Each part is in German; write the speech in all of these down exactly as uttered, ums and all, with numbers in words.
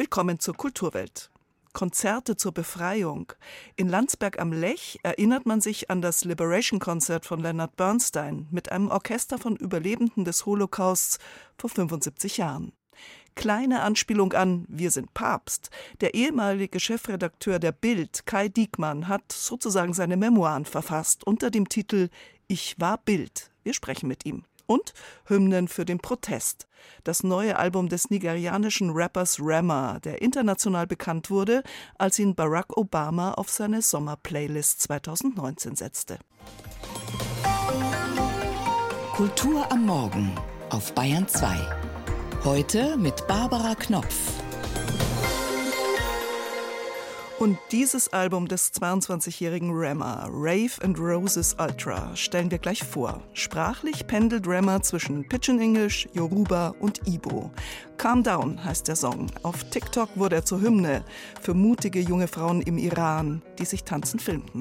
Willkommen zur Kulturwelt. Konzerte zur Befreiung. In Landsberg am Lech erinnert man sich an das Liberation-Konzert von Leonard Bernstein mit einem Orchester von Überlebenden des Holocausts vor fünfundsiebzig Jahren. Kleine Anspielung an Wir sind Papst. Der ehemalige Chefredakteur der Bild, Kai Diekmann, hat sozusagen seine Memoiren verfasst unter dem Titel Ich war Bild. Wir sprechen mit ihm. Und Hymnen für den Protest. Das neue Album des nigerianischen Rappers Rema, der international bekannt wurde, als ihn Barack Obama auf seine Sommerplaylist zweitausendneunzehn setzte. Kultur am Morgen auf Bayern zwei. Heute mit Barbara Knopf. Und dieses Album des zweiundzwanzigjährigen Rema, Rave and Roses Ultra, stellen wir gleich vor. Sprachlich pendelt Rema zwischen Pidgin English, Yoruba und Igbo. Calm Down heißt der Song. Auf TikTok wurde er zur Hymne für mutige junge Frauen im Iran, die sich tanzend filmten.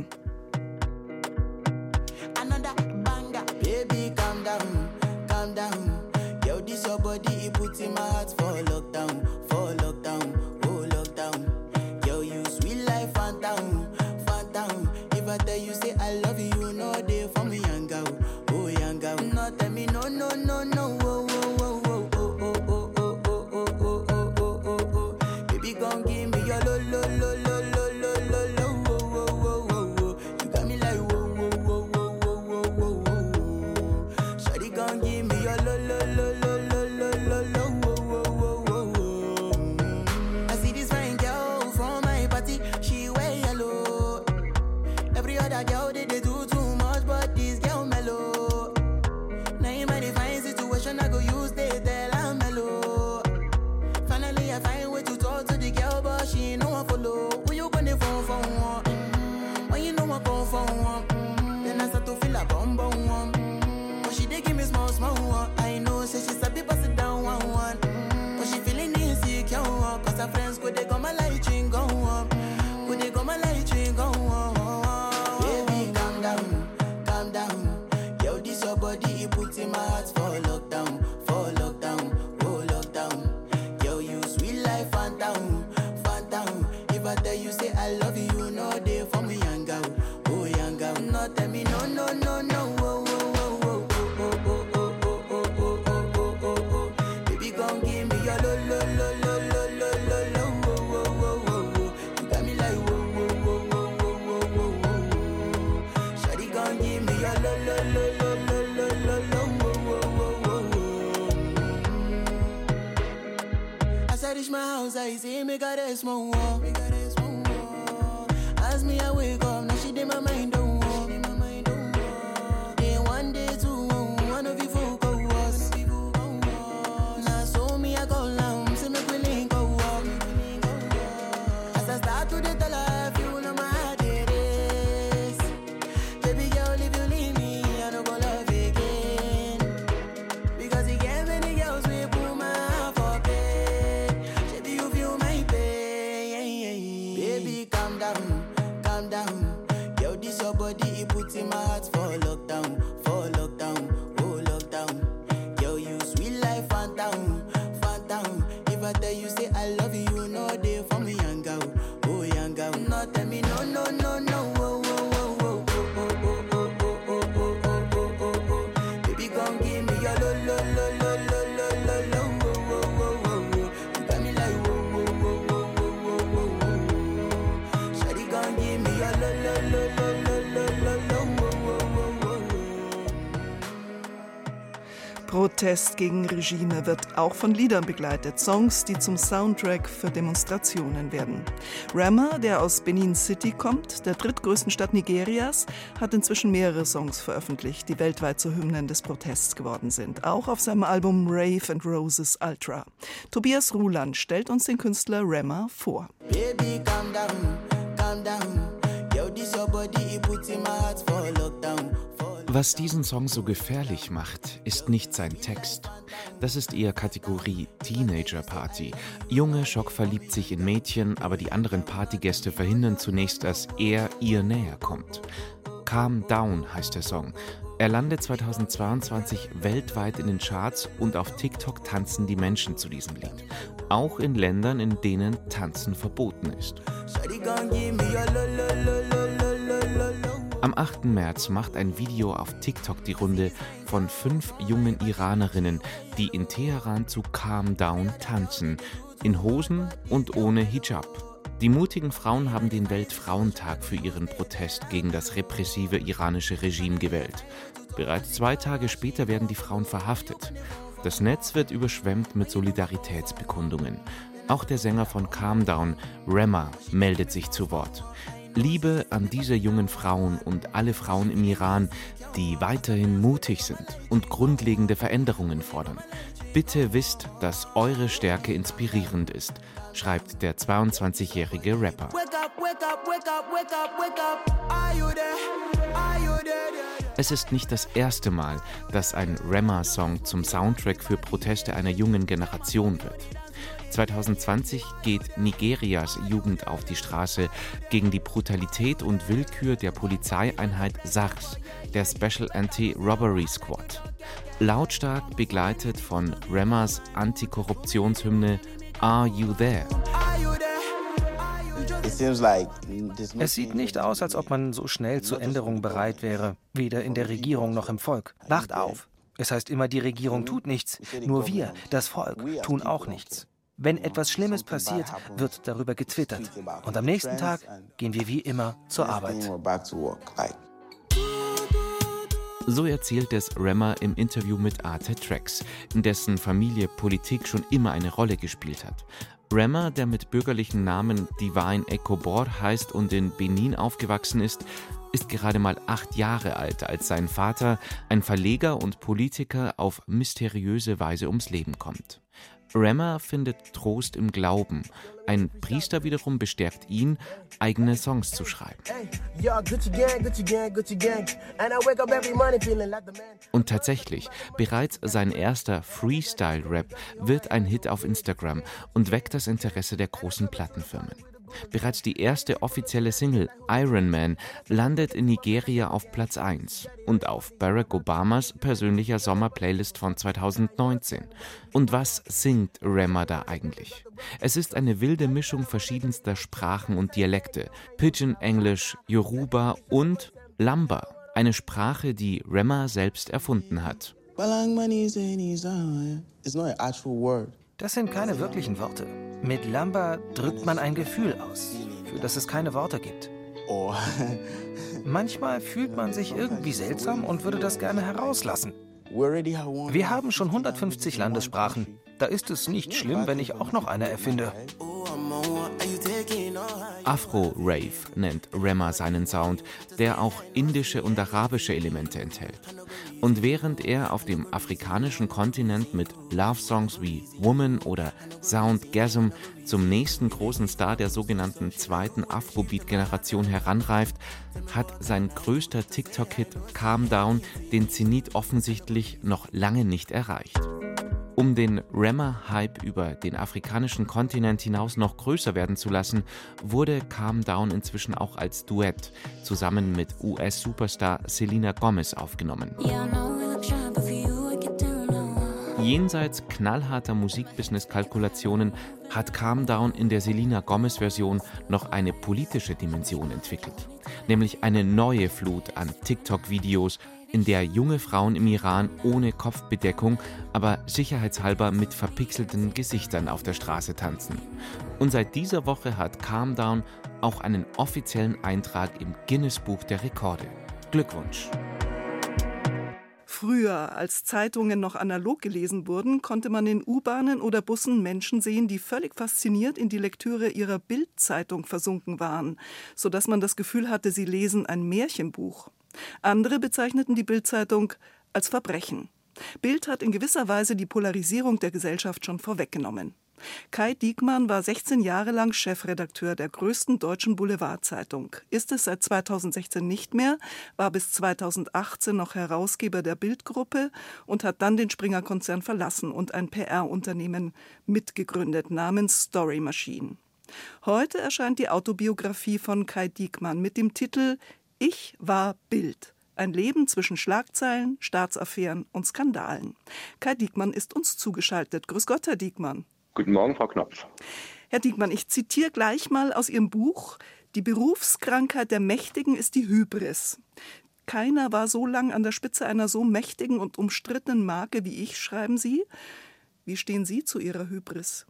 Protest gegen Regime wird auch von Liedern begleitet, Songs, die zum Soundtrack für Demonstrationen werden. Rema, der aus Benin City kommt, der drittgrößten Stadt Nigerias, hat inzwischen mehrere Songs veröffentlicht, die weltweit zu Hymnen des Protests geworden sind, auch auf seinem Album Rave and Roses Ultra. Tobias Ruland stellt uns den Künstler Rema vor. Baby, calm down, calm down. Yo, this your body, it puts in my heart for lockdown. Was diesen Song so gefährlich macht, ist nicht sein Text. Das ist eher Kategorie Teenager Party. Junge Schock verliebt sich in Mädchen, aber die anderen Partygäste verhindern zunächst, dass er ihr näher kommt. Calm Down heißt der Song. Er landet zweitausendzweiundzwanzig weltweit in den Charts und auf TikTok tanzen die Menschen zu diesem Lied. Auch in Ländern, in denen Tanzen verboten ist. Am achten März macht ein Video auf TikTok die Runde von fünf jungen Iranerinnen, die in Teheran zu Calm Down tanzen, in Hosen und ohne Hijab. Die mutigen Frauen haben den Weltfrauentag für ihren Protest gegen das repressive iranische Regime gewählt. Bereits zwei Tage später werden die Frauen verhaftet. Das Netz wird überschwemmt mit Solidaritätsbekundungen. Auch der Sänger von Calm Down, Rema, meldet sich zu Wort. Liebe an diese jungen Frauen und alle Frauen im Iran, die weiterhin mutig sind und grundlegende Veränderungen fordern. Bitte wisst, dass eure Stärke inspirierend ist, schreibt der zweiundzwanzigjährige Rapper. Es ist nicht das erste Mal, dass ein Rema-Song zum Soundtrack für Proteste einer jungen Generation wird. zweitausendzwanzig geht Nigerias Jugend auf die Straße gegen die Brutalität und Willkür der Polizeieinheit SARS, der Special Anti-Robbery Squad. Lautstark begleitet von Remas Antikorruptionshymne Are You There? Es sieht nicht aus, als ob man so schnell zur Änderung bereit wäre, weder in der Regierung noch im Volk. Wacht auf! Es heißt immer, die Regierung tut nichts, nur wir, das Volk, tun auch nichts. Wenn etwas Schlimmes passiert, wird darüber getwittert. Und am nächsten Tag gehen wir wie immer zur Arbeit. So erzählt es Rema im Interview mit Arte Tracks, in dessen Familie Politik schon immer eine Rolle gespielt hat. Rema, der mit bürgerlichen Namen Divine Ekobor heißt und in Benin aufgewachsen ist, ist gerade mal acht Jahre alt, als sein Vater, ein Verleger und Politiker, auf mysteriöse Weise ums Leben kommt. Rema findet Trost im Glauben. Ein Priester wiederum bestärkt ihn, eigene Songs zu schreiben. Und tatsächlich, bereits sein erster Freestyle-Rap wird ein Hit auf Instagram und weckt das Interesse der großen Plattenfirmen. Bereits die erste offizielle Single, Iron Man, landet in Nigeria auf Platz eins und auf Barack Obamas persönlicher Sommerplaylist von zweitausendneunzehn. Und was singt Rema da eigentlich? Es ist eine wilde Mischung verschiedenster Sprachen und Dialekte, Pidgin-Englisch, Yoruba und Lamba, eine Sprache, die Rema selbst erfunden hat. Das sind keine wirklichen Worte. Mit Lamba drückt man ein Gefühl aus, für das es keine Worte gibt. Manchmal fühlt man sich irgendwie seltsam und würde das gerne herauslassen. Wir haben schon hundertfünfzig Landessprachen. Da ist es nicht schlimm, wenn ich auch noch eine erfinde. Afro-Rave nennt Rema seinen Sound, der auch indische und arabische Elemente enthält. Und während er auf dem afrikanischen Kontinent mit Love-Songs wie Woman oder Soundgasm zum nächsten großen Star der sogenannten zweiten Afrobeat-Generation heranreift, hat sein größter TikTok-Hit Calm Down den Zenit offensichtlich noch lange nicht erreicht. Um den Rema-Hype über den afrikanischen Kontinent hinaus noch größer werden zu lassen, wurde Calm Down inzwischen auch als Duett zusammen mit U S-Superstar Selena Gomez aufgenommen. Jenseits knallharter Musikbusiness-Kalkulationen hat Calm Down in der Selena Gomez-Version noch eine politische Dimension entwickelt. Nämlich eine neue Flut an TikTok-Videos, in der junge Frauen im Iran ohne Kopfbedeckung, aber sicherheitshalber mit verpixelten Gesichtern auf der Straße tanzen. Und seit dieser Woche hat Calm Down auch einen offiziellen Eintrag im Guinness-Buch der Rekorde. Glückwunsch! Früher, als Zeitungen noch analog gelesen wurden, konnte man in U-Bahnen oder Bussen Menschen sehen, die völlig fasziniert in die Lektüre ihrer Bild-Zeitung versunken waren, sodass man das Gefühl hatte, sie lesen ein Märchenbuch. Andere bezeichneten die Bild-Zeitung als Verbrechen. Bild hat in gewisser Weise die Polarisierung der Gesellschaft schon vorweggenommen. Kai Diekmann war sechzehn Jahre lang Chefredakteur der größten deutschen Boulevardzeitung, ist es seit zweitausendsechzehn nicht mehr, war bis zweitausendachtzehn noch Herausgeber der Bild-Gruppe und hat dann den Springer-Konzern verlassen und ein P R-Unternehmen mitgegründet namens Story Machine. Heute erscheint die Autobiografie von Kai Diekmann mit dem Titel Ich war Bild. Ein Leben zwischen Schlagzeilen, Staatsaffären und Skandalen. Kai Diekmann ist uns zugeschaltet. Grüß Gott, Herr Diekmann. Guten Morgen, Frau Knopf. Herr Diekmann, ich zitiere gleich mal aus Ihrem Buch: Die Berufskrankheit der Mächtigen ist die Hybris. Keiner war so lang an der Spitze einer so mächtigen und umstrittenen Marke wie ich, schreiben Sie. Wie stehen Sie zu Ihrer Hybris?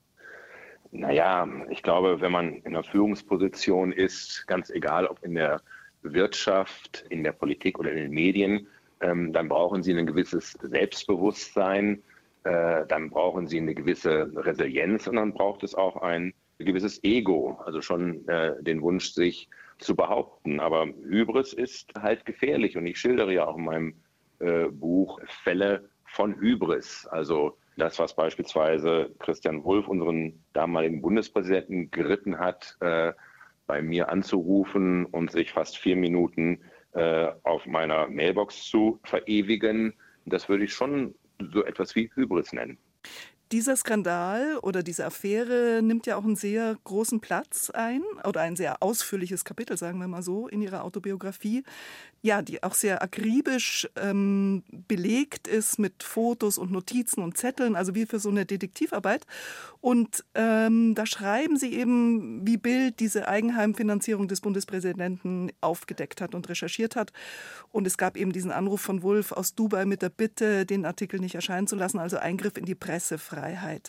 Naja, ich glaube, wenn man in einer Führungsposition ist, ganz egal, ob in der Wirtschaft, in der Politik oder in den Medien, ähm, dann brauchen Sie ein gewisses Selbstbewusstsein, äh, dann brauchen Sie eine gewisse Resilienz und dann braucht es auch ein gewisses Ego, also schon äh, den Wunsch, sich zu behaupten. Aber Hybris ist halt gefährlich und ich schildere ja auch in meinem äh, Buch Fälle von Hybris. Also das, was beispielsweise Christian Wulff, unseren damaligen Bundespräsidenten, geritten hat, äh, bei mir anzurufen und sich fast vier Minuten äh, auf meiner Mailbox zu verewigen. Das würde ich schon so etwas wie Hybris nennen. Dieser Skandal oder diese Affäre nimmt ja auch einen sehr großen Platz ein oder ein sehr ausführliches Kapitel, sagen wir mal so, in Ihrer Autobiografie. Ja, die auch sehr akribisch ähm, belegt ist mit Fotos und Notizen und Zetteln, also wie für so eine Detektivarbeit. Und ähm, da schreiben Sie eben, wie Bild diese Eigenheimfinanzierung des Bundespräsidenten aufgedeckt hat und recherchiert hat. Und es gab eben diesen Anruf von Wulff aus Dubai mit der Bitte, den Artikel nicht erscheinen zu lassen, also Eingriff in die Pressefreiheit.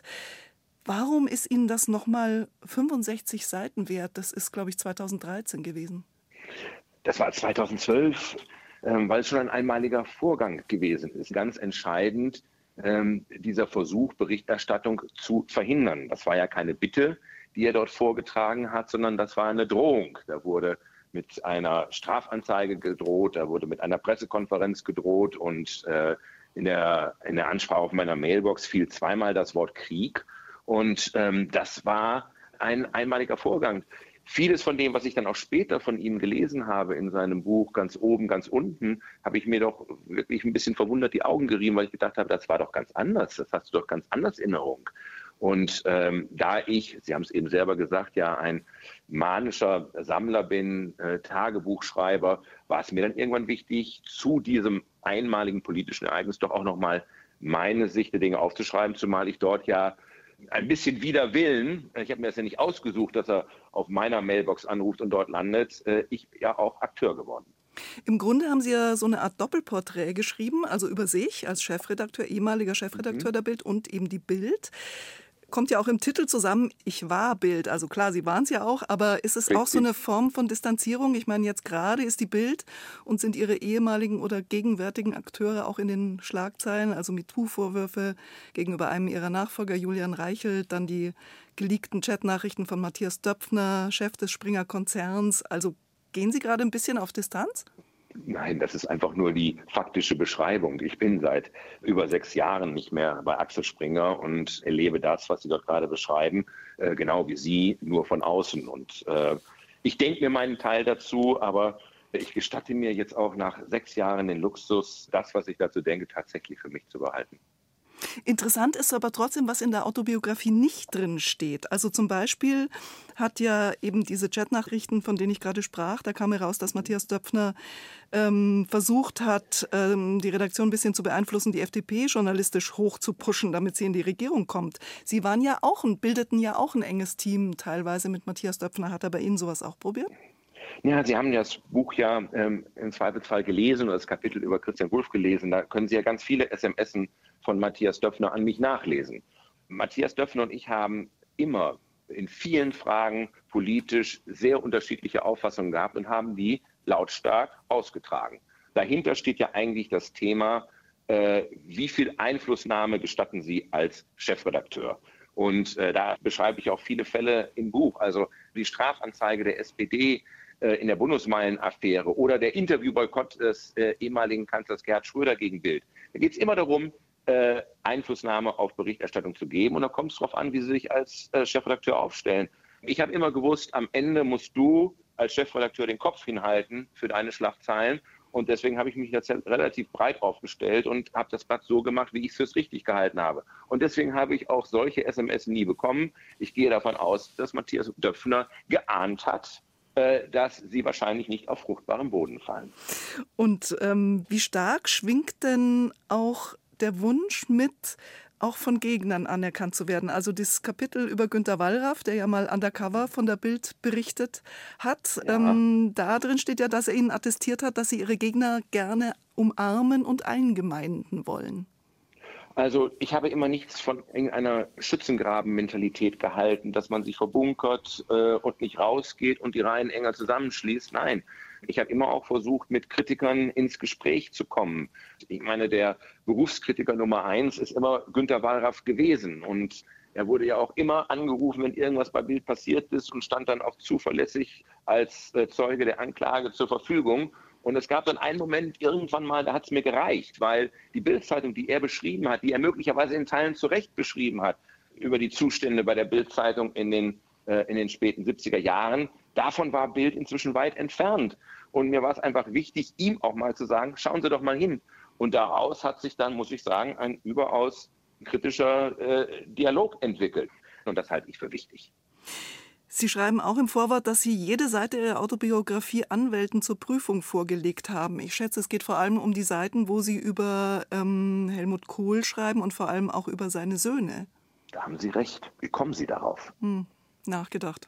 Warum ist Ihnen das nochmal fünfundsechzig Seiten wert? Das ist, glaube ich, zweitausenddreizehn gewesen. Das war zweitausendzwölf, ähm, weil es schon ein einmaliger Vorgang gewesen ist. Ganz entscheidend, ähm, dieser Versuch, Berichterstattung zu verhindern. Das war ja keine Bitte, die er dort vorgetragen hat, sondern das war eine Drohung. Da wurde mit einer Strafanzeige gedroht, da wurde mit einer Pressekonferenz gedroht und äh, in der, in der Ansprache auf meiner Mailbox fiel zweimal das Wort Krieg. Und ähm, das war ein einmaliger Vorgang. Vieles von dem, was ich dann auch später von ihm gelesen habe in seinem Buch, ganz oben, ganz unten, habe ich mir doch wirklich ein bisschen verwundert die Augen gerieben, weil ich gedacht habe, das war doch ganz anders, das hast du doch ganz anders in Erinnerung. Und ähm, da ich, Sie haben es eben selber gesagt, ja ein manischer Sammler bin, äh, Tagebuchschreiber, war es mir dann irgendwann wichtig, zu diesem einmaligen politischen Ereignis doch auch nochmal meine Sicht der Dinge aufzuschreiben, zumal ich dort ja ein bisschen wider Willen, ich habe mir das ja nicht ausgesucht, dass er auf meiner Mailbox anruft und dort landet, äh, ich ja auch Akteur geworden. Im Grunde haben Sie ja so eine Art Doppelporträt geschrieben, also über sich als Chefredakteur, ehemaliger Chefredakteur mhm. der Bild und eben die Bild. Kommt ja auch im Titel zusammen, ich war Bild. Also klar, Sie waren es ja auch, aber ist es Richtig. Auch so eine Form von Distanzierung? Ich meine, jetzt gerade ist die Bild und sind Ihre ehemaligen oder gegenwärtigen Akteure auch in den Schlagzeilen, also MeToo-Vorwürfe gegenüber einem Ihrer Nachfolger, Julian Reichelt, dann die geleakten Chatnachrichten von Matthias Döpfner, Chef des Springer-Konzerns. Also gehen Sie gerade ein bisschen auf Distanz? Nein, das ist einfach nur die faktische Beschreibung. Ich bin seit über sechs Jahren nicht mehr bei Axel Springer und erlebe das, was Sie dort gerade beschreiben, äh, genau wie Sie, nur von außen. Und äh, ich denke mir meinen Teil dazu, aber ich gestatte mir jetzt auch nach sechs Jahren den Luxus, das, was ich dazu denke, tatsächlich für mich zu behalten. Interessant ist aber trotzdem, was in der Autobiografie nicht drin steht. Also zum Beispiel hat ja eben diese Chatnachrichten, von denen ich gerade sprach, da kam heraus, dass Matthias Döpfner ähm, versucht hat, ähm, die Redaktion ein bisschen zu beeinflussen, die F D P journalistisch hoch zu pushen, damit sie in die Regierung kommt. Sie waren ja auch, bildeten ja auch ein enges Team teilweise mit Matthias Döpfner. Hat er bei Ihnen sowas auch probiert? Ja, Sie haben das Buch ja ähm, im Zweifelsfall gelesen oder das Kapitel über Christian Wulff gelesen. Da können Sie ja ganz viele S M S von Matthias Döpfner an mich nachlesen. Matthias Döpfner und ich haben immer in vielen Fragen politisch sehr unterschiedliche Auffassungen gehabt und haben die lautstark ausgetragen. Dahinter steht ja eigentlich das Thema, äh, wie viel Einflussnahme gestatten Sie als Chefredakteur? Und äh, da beschreibe ich auch viele Fälle im Buch. Also die Strafanzeige der S P D äh, in der Bundesmeilen-Affäre oder der Interviewboykott des äh, ehemaligen Kanzlers Gerhard Schröder gegen Bild. Da geht es immer darum, äh, Einflussnahme auf Berichterstattung zu geben. Und da kommt es darauf an, wie Sie sich als äh, Chefredakteur aufstellen. Ich habe immer gewusst, am Ende musst du als Chefredakteur den Kopf hinhalten für deine Schlagzeilen. Und deswegen habe ich mich jetzt relativ breit aufgestellt und habe das Blatt so gemacht, wie ich es fürs richtig gehalten habe. Und deswegen habe ich auch solche S M S nie bekommen. Ich gehe davon aus, dass Matthias Döpfner geahnt hat, äh, dass sie wahrscheinlich nicht auf fruchtbarem Boden fallen. Und ähm, wie stark schwingt denn auch der Wunsch mit, auch von Gegnern anerkannt zu werden? Also das Kapitel über Günter Wallraff, der ja mal undercover von der Bild berichtet hat, Ja. ähm, da drin steht ja, dass er ihnen attestiert hat, dass sie ihre Gegner gerne umarmen und eingemeinden wollen. Also ich habe immer nichts von irgendeiner Schützengraben-Mentalität gehalten, dass man sich verbunkert äh, und nicht rausgeht und die Reihen enger zusammenschließt. Nein, ich habe immer auch versucht, mit Kritikern ins Gespräch zu kommen. Ich meine, der Berufskritiker Nummer eins ist immer Günter Wallraff gewesen. Und er wurde ja auch immer angerufen, wenn irgendwas bei Bild passiert ist und stand dann auch zuverlässig als äh, Zeuge der Anklage zur Verfügung. Und es gab dann einen Moment irgendwann mal, da hat es mir gereicht, weil die Bild-Zeitung, die er beschrieben hat, die er möglicherweise in Teilen zu Recht beschrieben hat, über die Zustände bei der Bild-Zeitung in den, äh, in den späten siebziger Jahren, davon war Bild inzwischen weit entfernt. Und mir war es einfach wichtig, ihm auch mal zu sagen, schauen Sie doch mal hin. Und daraus hat sich dann, muss ich sagen, ein überaus kritischer äh, Dialog entwickelt. Und das halte ich für wichtig. Sie schreiben auch im Vorwort, dass Sie jede Seite Ihrer Autobiografie Anwälten zur Prüfung vorgelegt haben. Ich schätze, es geht vor allem um die Seiten, wo Sie über ähm, Helmut Kohl schreiben und vor allem auch über seine Söhne. Da haben Sie recht. Wie kommen Sie darauf? Hm, nachgedacht.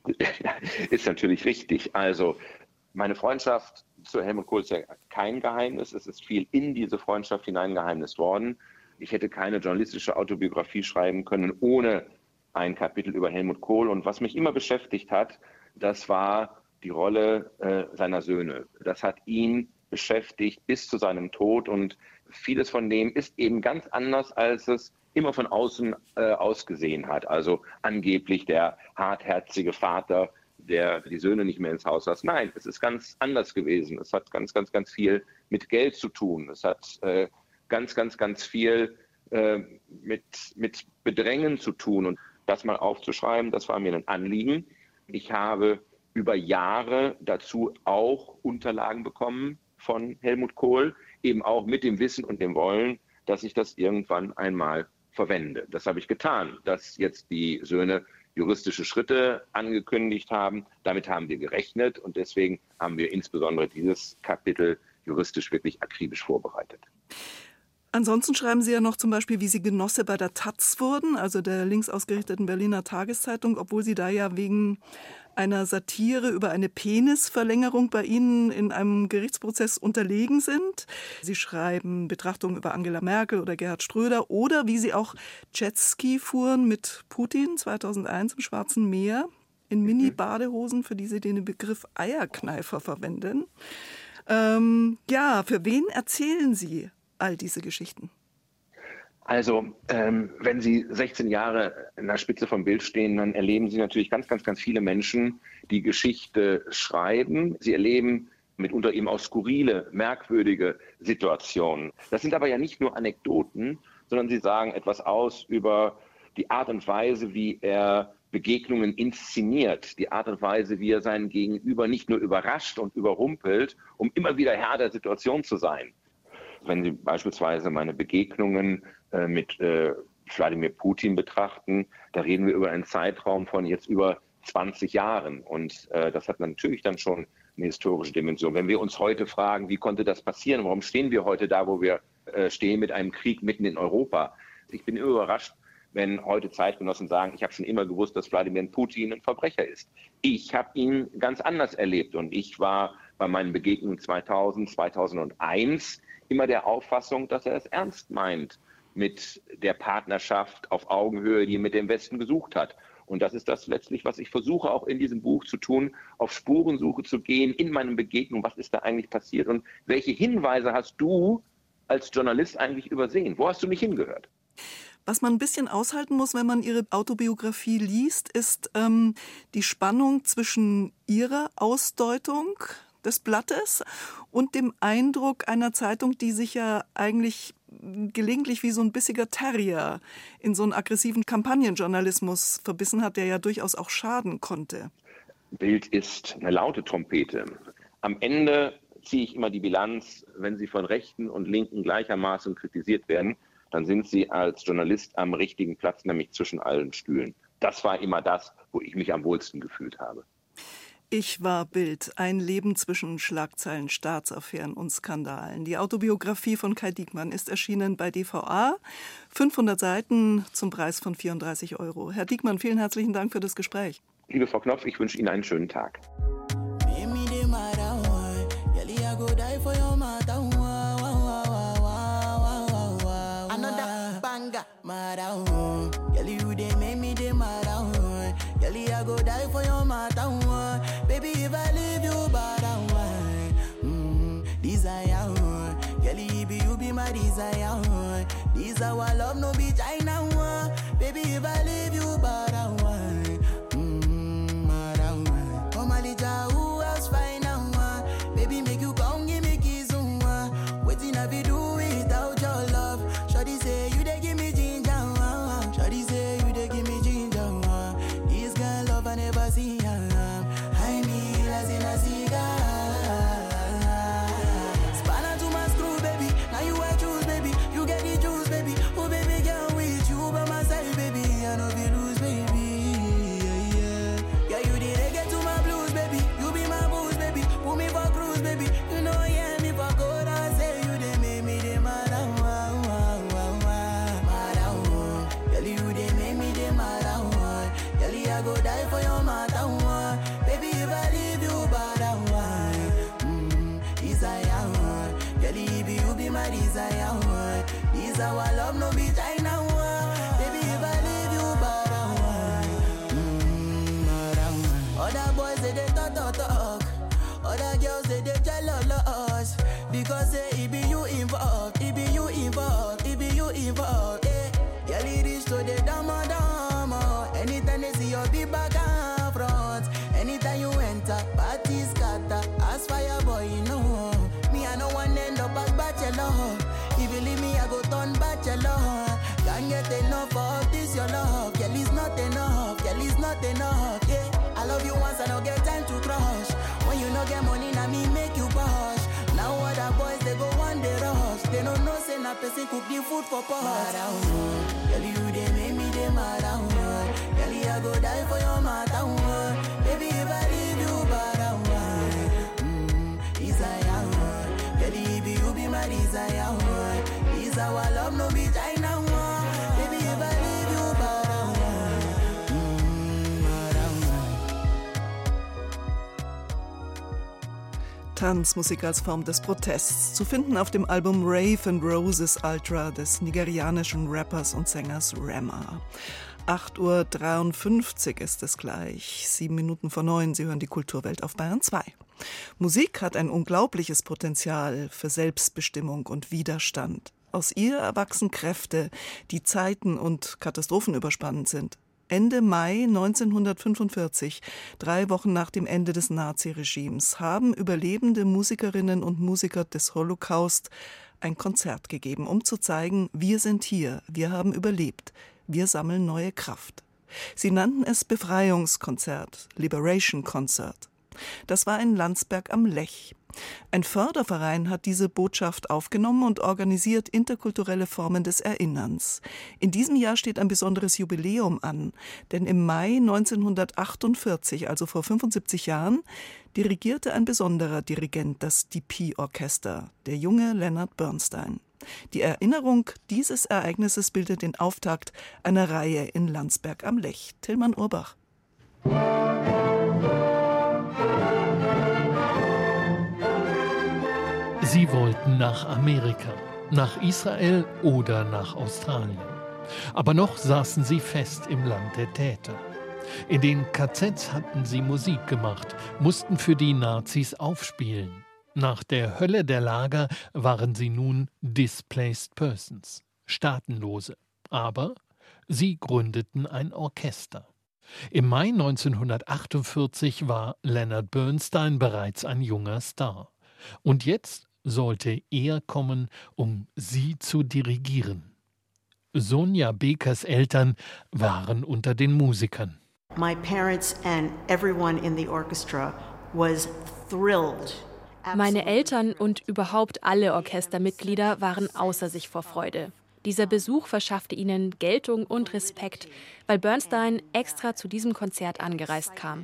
Ist natürlich richtig. Also meine Freundschaft zu Helmut Kohl ist ja kein Geheimnis. Es ist viel in diese Freundschaft hineingeheimnist worden. Ich hätte keine journalistische Autobiografie schreiben können, ohne ein Kapitel über Helmut Kohl. Und was mich immer beschäftigt hat, das war die Rolle äh, seiner Söhne. Das hat ihn beschäftigt bis zu seinem Tod. Und vieles von dem ist eben ganz anders, als es immer von außen äh, ausgesehen hat. Also angeblich der hartherzige Vater, der die Söhne nicht mehr ins Haus lässt. Nein, es ist ganz anders gewesen. Es hat ganz, ganz, ganz viel mit Geld zu tun. Es hat äh, ganz, ganz, ganz viel äh, mit, mit Bedrängen zu tun. Und das mal aufzuschreiben, das war mir ein Anliegen. Ich habe über Jahre dazu auch Unterlagen bekommen von Helmut Kohl, eben auch mit dem Wissen und dem Wollen, dass ich das irgendwann einmal verwende. Das habe ich getan. Dass jetzt die Söhne juristische Schritte angekündigt haben, damit haben wir gerechnet und deswegen haben wir insbesondere dieses Kapitel juristisch wirklich akribisch vorbereitet. Ansonsten schreiben Sie ja noch zum Beispiel, wie Sie Genosse bei der Taz wurden, also der links ausgerichteten Berliner Tageszeitung, obwohl Sie da ja wegen einer Satire über eine Penisverlängerung bei Ihnen in einem Gerichtsprozess unterlegen sind. Sie schreiben Betrachtungen über Angela Merkel oder Gerhard Schröder oder wie Sie auch Jetski fuhren mit Putin zweitausendeins im Schwarzen Meer in Mini-Badehosen, für die Sie den Begriff Eierkneifer verwenden. Ähm, ja, für wen erzählen Sie all diese Geschichten? Also, ähm, wenn Sie sechzehn Jahre in der Spitze vom Bild stehen, dann erleben Sie natürlich ganz, ganz, ganz viele Menschen, die Geschichte schreiben. Sie erleben mitunter eben auch skurrile, merkwürdige Situationen. Das sind aber ja nicht nur Anekdoten, sondern sie sagen etwas aus über die Art und Weise, wie er Begegnungen inszeniert, die Art und Weise, wie er seinen Gegenüber nicht nur überrascht und überrumpelt, um immer wieder Herr der Situation zu sein. Wenn Sie beispielsweise meine Begegnungen äh, mit äh, Wladimir Putin betrachten, da reden wir über einen Zeitraum von jetzt über zwanzig Jahren. Und äh, das hat natürlich dann schon eine historische Dimension. Wenn wir uns heute fragen, wie konnte das passieren? Warum stehen wir heute da, wo wir äh, stehen, mit einem Krieg mitten in Europa? Ich bin überrascht, wenn heute Zeitgenossen sagen, ich habe schon immer gewusst, dass Wladimir Putin ein Verbrecher ist. Ich habe ihn ganz anders erlebt und ich war bei meinen Begegnungen zweitausend, zweitausendeins immer der Auffassung, dass er es ernst meint mit der Partnerschaft auf Augenhöhe, die er mit dem Westen gesucht hat. Und das ist das letztlich, was ich versuche auch in diesem Buch zu tun, auf Spurensuche zu gehen, in meinen Begegnungen, was ist da eigentlich passiert und welche Hinweise hast du als Journalist eigentlich übersehen? Wo hast du nicht hingehört? Was man ein bisschen aushalten muss, wenn man Ihre Autobiografie liest, ist ähm, die Spannung zwischen Ihrer Ausdeutung des Blattes und dem Eindruck einer Zeitung, die sich ja eigentlich gelegentlich wie so ein bissiger Terrier in so einen aggressiven Kampagnenjournalismus verbissen hat, der ja durchaus auch schaden konnte. Bild ist eine laute Trompete. Am Ende ziehe ich immer die Bilanz, wenn sie von Rechten und Linken gleichermaßen kritisiert werden, dann sind sie als Journalist am richtigen Platz, nämlich zwischen allen Stühlen. Das war immer das, wo ich mich am wohlsten gefühlt habe. Ich war Bild. Ein Leben zwischen Schlagzeilen, Staatsaffären und Skandalen. Die Autobiografie von Kai Diekmann ist erschienen bei D V A. fünfhundert Seiten zum Preis von vierunddreißig Euro. Herr Diekmann, vielen herzlichen Dank für das Gespräch. Liebe Frau Knopf, ich wünsche Ihnen einen schönen Tag. Go die for your matter, baby. If I leave you, but I want mm, desire, girl, you be you be my desire. This our love, no be China, baby. If I leave you, but I want mm, but I want. Come on, little, who else find now, baby? Make you come, give me kiss, waiting I be do without your love. Shawty say you dey give me ginger, shawty say you dey give me ginger. I never see her. I mean, as in a cigar. Spanner to my screw, baby. Now you I choose, baby. You get the juice, baby. Oh, baby, girl, with you by my side, baby. I know you lose, baby. Yeah, yeah. Yeah, you did reggae to my blues, baby. You be my booze, baby. Put me for cruise, baby. You know, yeah, me for good. I say you they make me the mad. Girl, you they make me the mad. I go die for your matter, baby. If I leave you, but I want mm, desire, girl, you be you be my desire. This our love, no be China, baby. If I leave you, but I want mm, but I want. Other boys say they talk, talk, talk. Other girls say they jealous because say it be you involved, it be you involved, it be you involved. Yeah, girl, it is so they dumb, dumb. Anytime they see your big back and front, anytime you enter, party scatter. As fire boy, you know me, I no one end up as bachelor. If you leave me, I go turn bachelor. Can't get enough of this your love. Girl, it's not enough. Girl, it's not enough. Yeah, I love you once, I don't get time to crush. When you no get money, now me make you push. Now other boys they go one day rush. They don't know say na person cook the food for pot. Girl, you they make me they mad. I go die for your matter, baby. If I leave you, but I want mm, desire, girl, you be you be my desire. This our love, no be China, baby. If I leave you, but I want mm, but I want. Tanzmusik als Form des Protests, zu finden auf dem Album Rave and Roses Ultra des nigerianischen Rappers und Sängers Rema. acht Uhr dreiundfünfzig ist es gleich, sieben Minuten vor neun. Sie hören die Kulturwelt auf Bayern zwei. Musik hat ein unglaubliches Potenzial für Selbstbestimmung und Widerstand. Aus ihr erwachsen Kräfte, die zeiten- und katastrophenüberspannend sind. Ende Mai neunzehnhundertfünfundvierzig, drei Wochen nach dem Ende des Naziregimes, haben überlebende Musikerinnen und Musiker des Holocaust ein Konzert gegeben, um zu zeigen, wir sind hier, wir haben überlebt. Wir sammeln neue Kraft. Sie nannten es Befreiungskonzert, Liberation Concert. Das war in Landsberg am Lech. Ein Förderverein hat diese Botschaft aufgenommen und organisiert interkulturelle Formen des Erinnerns. In diesem Jahr steht ein besonderes Jubiläum an, denn im Mai neunzehnhundertachtundvierzig, also vor fünfundsiebzig Jahren, dirigierte ein besonderer Dirigent das D P-Orchester, der junge Leonard Bernstein. Die Erinnerung dieses Ereignisses bildet den Auftakt einer Reihe in Landsberg am Lech. Tillmann Urbach. Sie wollten nach Amerika, nach Israel oder nach Australien. Aber noch saßen sie fest im Land der Täter. In den K Zs hatten sie Musik gemacht, mussten für die Nazis aufspielen. Nach der Hölle der Lager waren sie nun Displaced Persons, Staatenlose. Aber sie gründeten ein Orchester. Im Mai neunzehnhundertachtundvierzig war Leonard Bernstein bereits ein junger Star. Und jetzt sollte er kommen, um sie zu dirigieren. Sonja Bekers Eltern waren unter den Musikern. My parents and everyone in the orchestra was thrilled. Meine Eltern und überhaupt alle Orchestermitglieder waren außer sich vor Freude. Dieser Besuch verschaffte ihnen Geltung und Respekt, weil Bernstein extra zu diesem Konzert angereist kam.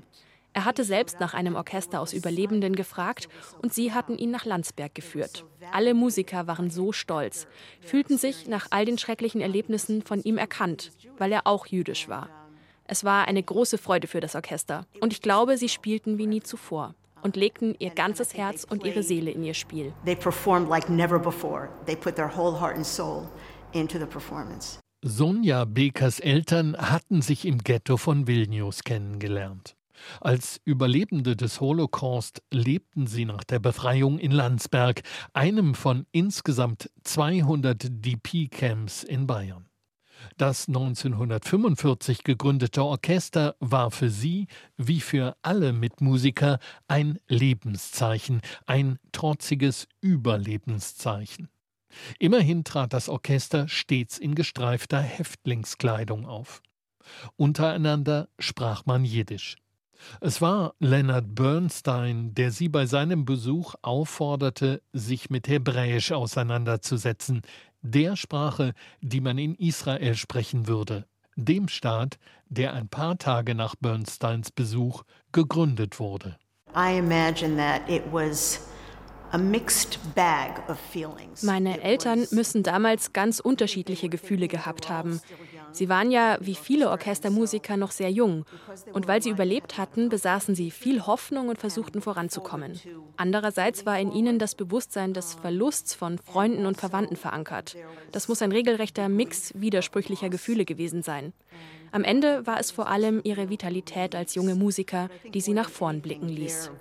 Er hatte selbst nach einem Orchester aus Überlebenden gefragt und sie hatten ihn nach Landsberg geführt. Alle Musiker waren so stolz, fühlten sich nach all den schrecklichen Erlebnissen von ihm erkannt, weil er auch jüdisch war. Es war eine große Freude für das Orchester und ich glaube, sie spielten wie nie zuvor und legten ihr ganzes Herz und ihre Seele in ihr Spiel. They performed like never before. They put their whole heart and soul into the performance. Sonja Bekers Eltern hatten sich im Ghetto von Vilnius kennengelernt. Als Überlebende des Holocaust lebten sie nach der Befreiung in Landsberg, einem von insgesamt zweihundert D P-Camps in Bayern. Das neunzehnhundertfünfundvierzig gegründete Orchester war für sie, wie für alle Mitmusiker, ein Lebenszeichen, ein trotziges Überlebenszeichen. Immerhin trat das Orchester stets in gestreifter Häftlingskleidung auf. Untereinander sprach man Jiddisch. Es war Leonard Bernstein, der sie bei seinem Besuch aufforderte, sich mit Hebräisch auseinanderzusetzen, der Sprache, die man in Israel sprechen würde, dem Staat, der ein paar Tage nach Bernsteins Besuch gegründet wurde. I imagine that it was a mixed bag of feelings. Meine Eltern müssen damals ganz unterschiedliche Gefühle gehabt haben. Sie waren ja, wie viele Orchestermusiker, noch sehr jung. Und weil sie überlebt hatten, besaßen sie viel Hoffnung und versuchten voranzukommen. Andererseits war in ihnen das Bewusstsein des Verlusts von Freunden und Verwandten verankert. Das muss ein regelrechter Mix widersprüchlicher Gefühle gewesen sein. Am Ende war es vor allem ihre Vitalität als junge Musiker, die sie nach vorn blicken ließ.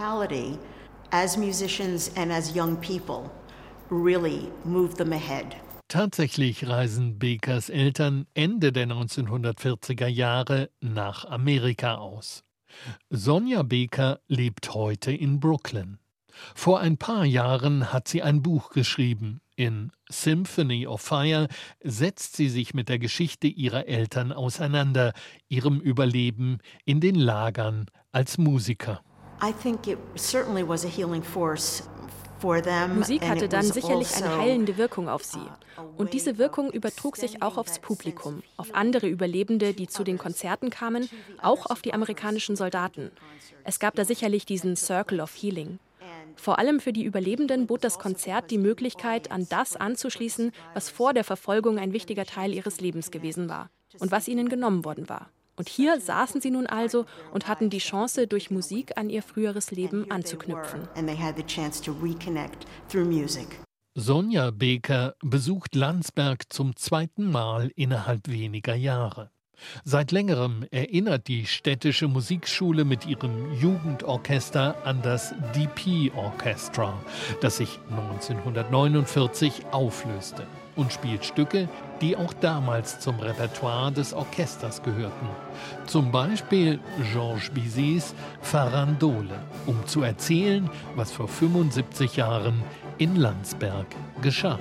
As musicians and as young people really moved them ahead. Tatsächlich reisen Bekers Eltern Ende der neunzehnhundertvierziger Jahre nach Amerika aus. Sonja Beker lebt heute in Brooklyn. Vor ein paar Jahren hat sie ein Buch geschrieben. In Symphony of Fire setzt sie sich mit der Geschichte ihrer Eltern auseinander, ihrem Überleben in den Lagern als Musiker. I think it certainly was a healing force for them. Musik hatte dann sicherlich eine heilende Wirkung auf sie. Und diese Wirkung übertrug sich auch aufs Publikum, auf andere Überlebende, die zu den Konzerten kamen, auch auf die amerikanischen Soldaten. Es gab da sicherlich diesen Circle of Healing. Vor allem für die Überlebenden bot das Konzert die Möglichkeit, an das anzuschließen, was vor der Verfolgung ein wichtiger Teil ihres Lebens gewesen war und was ihnen genommen worden war. Und hier saßen sie nun also und hatten die Chance, durch Musik an ihr früheres Leben anzuknüpfen. Sonja Beker besucht Landsberg zum zweiten Mal innerhalb weniger Jahre. Seit längerem erinnert die städtische Musikschule mit ihrem Jugendorchester an das D P Orchestra, das sich neunzehnhundertneunundvierzig auflöste und spielt Stücke, die auch damals zum Repertoire des Orchesters gehörten. Zum Beispiel Georges Bizets Farandole, um zu erzählen, was vor fünfundsiebzig Jahren in Landsberg geschah.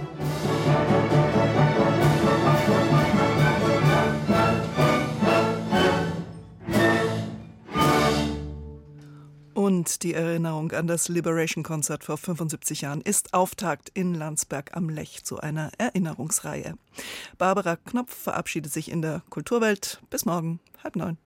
Und die Erinnerung an das Liberation-Konzert vor fünfundsiebzig Jahren ist Auftakt in Landsberg am Lech zu einer Erinnerungsreihe. Barbara Knopf verabschiedet sich in der Kulturwelt. Bis morgen, halb neun.